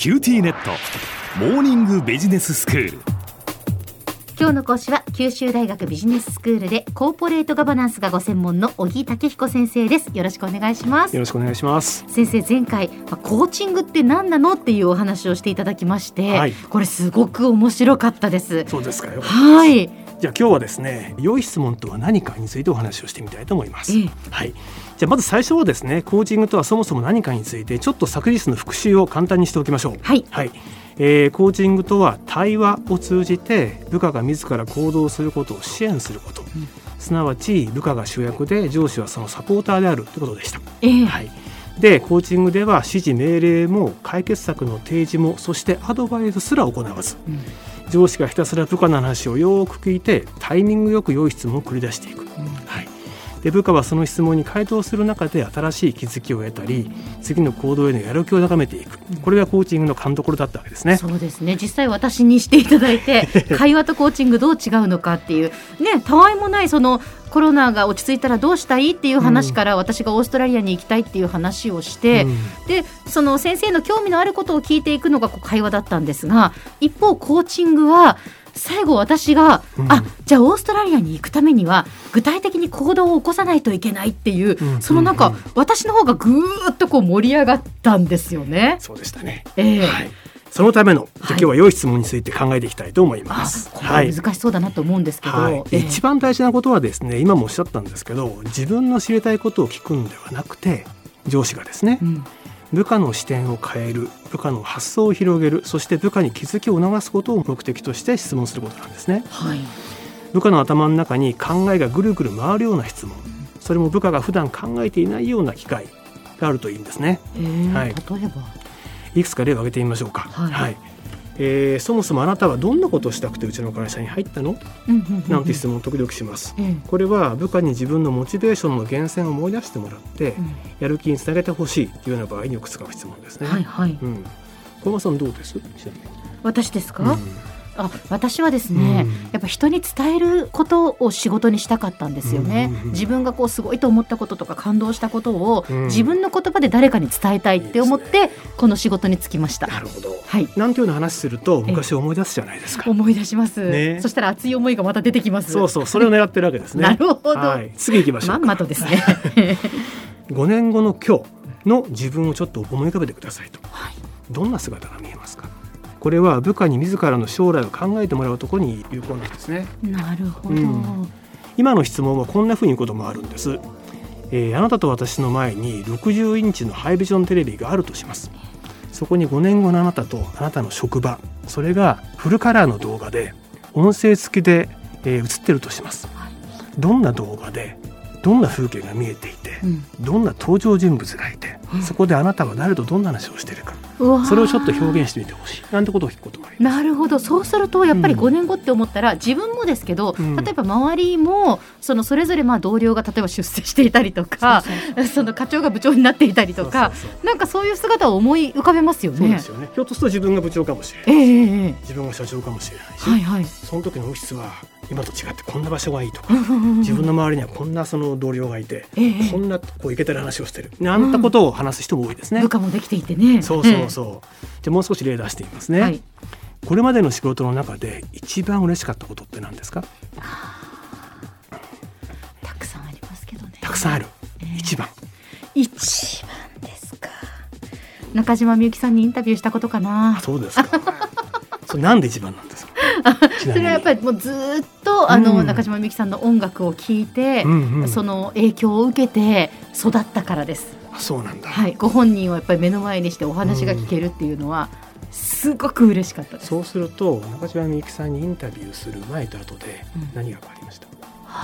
キューティーネットモーニングビジネススクール。 今日の講師は九州大学ビジネススクールでコーポレートガバナンスがご専門の小木武彦先生です。よろしくお願いします。 よろしくお願いします。 先生、前回コーチングって何なのっていうお話をしていただきまして、これすごく面白かったです。 そうですか。よかったです。 はい。 じゃあ今日はですね、良い質問とは何かについてお話をしてみたいと思います。はい。じゃあまず最初はですね、コーチングとはそもそも何かについてちょっと昨日の復習を簡単にしておきましょう。 はい。 はい。コーチングとは対話を通じて部下が自ら行動することを支援すること、すなわち部下が主役で上司はそのサポーターであるということでした。はい。でコーチングでは指示命令も解決策の提示もそしてアドバイスすら行わず、上司がひたすら部下の話をよく聞いてタイミングよく良い質問を繰り出していく。はい。で部下はその質問に回答する中で新しい気づきを得たり次の行動へのやる気を高めていく、これがコーチングの勘どころだったわけですね。 そうですね。実際私にしていただいて会話とコーチングどう違うのかっていうね、たわいもないそのコロナが落ち着いたらどうしたいっていう話から、私がオーストラリアに行きたいっていう話をして、でその先生の興味のあることを聞いていくのが会話だったんですが、一方コーチングは最後私が、じゃあオーストラリアに行くためには具体的に行動を起こさないといけないっていう、そのなんか私の方がぐーっと盛り上がったんですよね。 そうでしたね。はい。そのための今日は良い質問について考えていきたいと思います。 これ難しそうだなと思うんですけど、 一番大事なことはですね、今もおっしゃったんですけど、自分の知りたいことを聞くんではなくて上司がですね、部下の視点を変える、部下の発想を広げる、そして部下に気づきを促すことを目的として質問することなんですね。部下の頭の中に考えがぐるぐる回るような質問、それも部下が普段考えていないような機会があるといいんですね。 例えばいくつか例を挙げてみましょうか。そもそもあなたはどんなことをしたくてうちの会社に入ったの、なんて質問を時々します。これは部下に自分のモチベーションの源泉を思い出してもらって、やる気につなげてほしいというような場合によく使う質問ですね。小山さんどうです？ 私ですか？私はですね、やっぱ人に伝えることを仕事にしたかったんですよね。自分がすごいと思ったこととか感動したことを、自分の言葉で誰かに伝えたいって思ってこの仕事に就きました。 なるほど。なんていうような話すると昔を思い出すじゃないですか。 思い出します、そしたら熱い思いがまた出てきます。 そう、それを狙ってるわけですね。 なるほど、 次行きましょうか。 まんまとですね 5年後の今日の自分をちょっと思い浮かべてくださいと、どんな姿が見えますか？これは部下に自らの将来を考えてもらうところに有効なんですね。 なるほど、 今の質問はこんな風に言うこともあるんです。あなたと私の前に60インチのハイビジョンテレビがあるとします。そこに5年後のあなたとあなたの職場、それがフルカラーの動画で音声付きで、映ってるとします。どんな動画でどんな風景が見えていて、どんな登場人物がいて、そこであなたは誰とどんな話をしているか、それをちょっと表現してみてほしいなんてことを聞くこともあります。 なるほど。そうするとやっぱり5年後って思ったら、自分もですけど、例えば周りもそれぞれ同僚が例えば出世していたりとか、その課長が部長になっていたりとか、なんかそういう姿を思い浮かべますよね。 そうですよね。ひょっとすると自分が部長かもしれないし、自分が社長かもしれないし、その時のオフィスは今と違ってこんな場所がいいとか、自分の周りにはこんなその同僚がいて、こんなイケてる話をしてる、あんなことを話す人も多いですね。 部下もできていてね。 そう。じゃあもう少し例出してみますね。これまでの仕事の中で一番嬉しかったことって何ですか？ たくさんありますけどね。 たくさんある。一番ですか。中島みゆきさんにインタビューしたことかな。 そうですかそれなんで一番なんですか？ それはやっぱりもうずっと中島みゆきさんの音楽を聴いて、その影響を受けて育ったからです。 そうなんだ。 ご本人をやっぱり目の前にしてお話が聞けるっていうのはすごく嬉しかったです。 そうすると中島みゆきさんにインタビューする前と後で何が変わりました？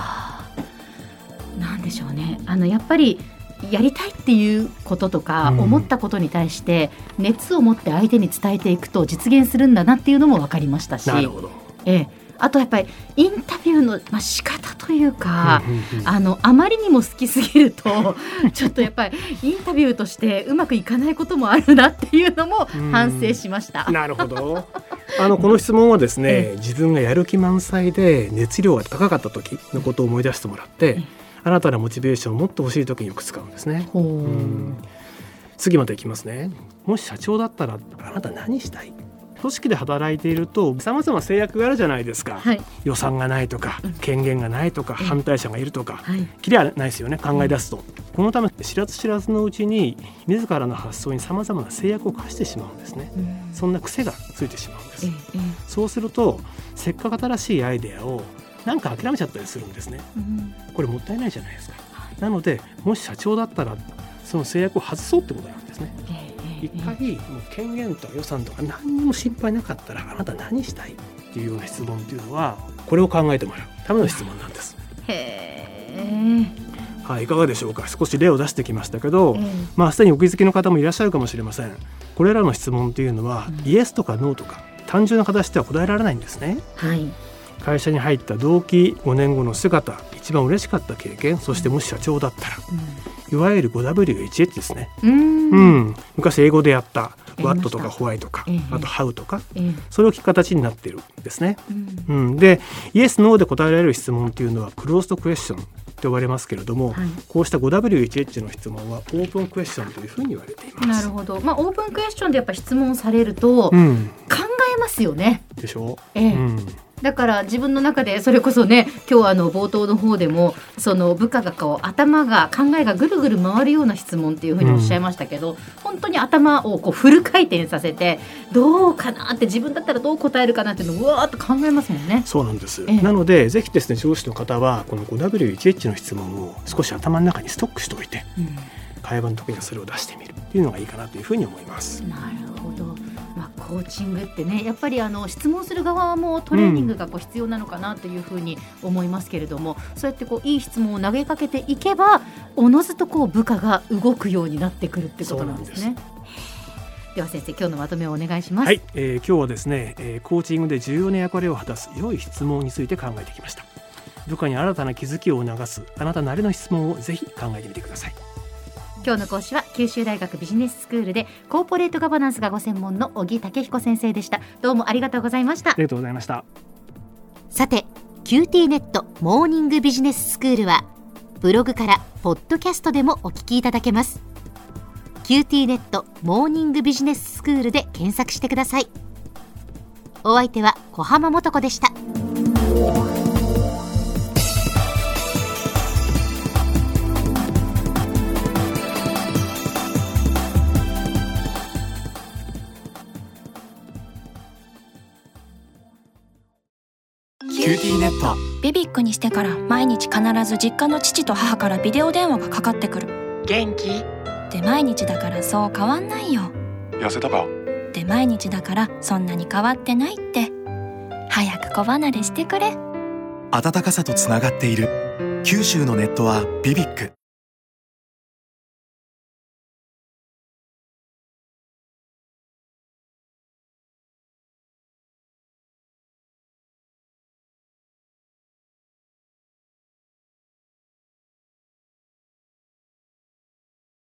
なんでしょうね。やっぱりやりたいっていうこととか、思ったことに対して熱を持って相手に伝えていくと実現するんだなっていうのも分かりましたし、 なるほど。 あとやっぱりインタビューの、仕方というか、あまりにも好きすぎるとちょっとやっぱりインタビューとしてうまくいかないこともあるなっていうのも反省しました。 なるほど。この質問はですね、自分がやる気満載で熱量が高かった時のことを思い出してもらって、新たなモチベーションをもっと欲しい時によく使うんですね。 次までいきますね。もし社長だったらあなた何したい？組織で働いていると様々制約があるじゃないですか、はい、予算がないとか権限がないとか、反対者がいるとか、キリがないですよね、考え出すと。このため知らず知らずのうちに自らの発想に様々な制約を課してしまうんですね、そんな癖がついてしまうんです、そうするとせっかく新しいアイデアをなんか諦めちゃったりするんですね、これもったいないじゃないですか。なのでもし社長だったらその制約を外そうってことなんですね。一回もう権限とか予算とか何にも心配なかったらあなた何したいっていうような質問っていうのはこれを考えてもらうための質問なんです。はい、いかがでしょうか。少し例を出してきましたけど、すでにお気づきの方もいらっしゃるかもしれません。これらの質問っていうのは、イエスとかノーとか単純な形では答えられないんですね、はい、会社に入った動機、5年後の姿、一番嬉しかった経験、そしてもし社長だったら、いわゆる 5W1H ですね。昔英語でやったWhat とか Why とか、あと How とか、それを聞く形になっているんですね、で Yes, No で答えられる質問というのはクローズドクエスチョンと呼ばれますけれども、こうした 5W1H の質問はオープンクエスチョンというふうに言われています。 なるほど、オープンクエスチョンでやっぱ質問されると、考えますよね。 でしょ、 だから自分の中でそれこそね、今日冒頭の方でもその部下が頭が考えがぐるぐる回るような質問っていうふうにおっしゃいましたけど、本当に頭をフル回転させてどうかなって自分だったらどう答えるかなっていうのをうわーっと考えますもんね。 そうなんです、なのでぜひですね、上司の方はこの 5W1H の質問を少し頭の中にストックしておいて、会話の時にはそれを出してみるっていうのがいいかなというふうに思います。 なるほど。コーチングってね、やっぱり質問する側もトレーニングが必要なのかなというふうに思いますけれども、そうやっていい質問を投げかけていけばおのずと部下が動くようになってくるってことなんですね。では先生、今日のまとめをお願いします。 はい、今日はですね、コーチングで重要な役割を果たす良い質問について考えてきました。部下に新たな気づきを促すあなたなりの質問をぜひ考えてみてください。 今日の講師は九州大学ビジネススクールでコーポレートガバナンスがご専門の小木武彦先生でした。どうもありがとうございました。 ありがとうございました。 さて QT ネットモーニングビジネススクールはブログからポッドキャストでもお聞きいただけます。 QT ネットモーニングビジネススクールで検索してください。お相手は小浜もとこでした。 QT ネットビビックにしてから毎日必ず実家の父と母からビデオ電話がかかってくる。 元気？ で毎日だからそう変わんないよ。 痩せたか？ で毎日だからそんなに変わってないって。早く子離れしてくれ。 温かさとつながっている九州のネットはビビック。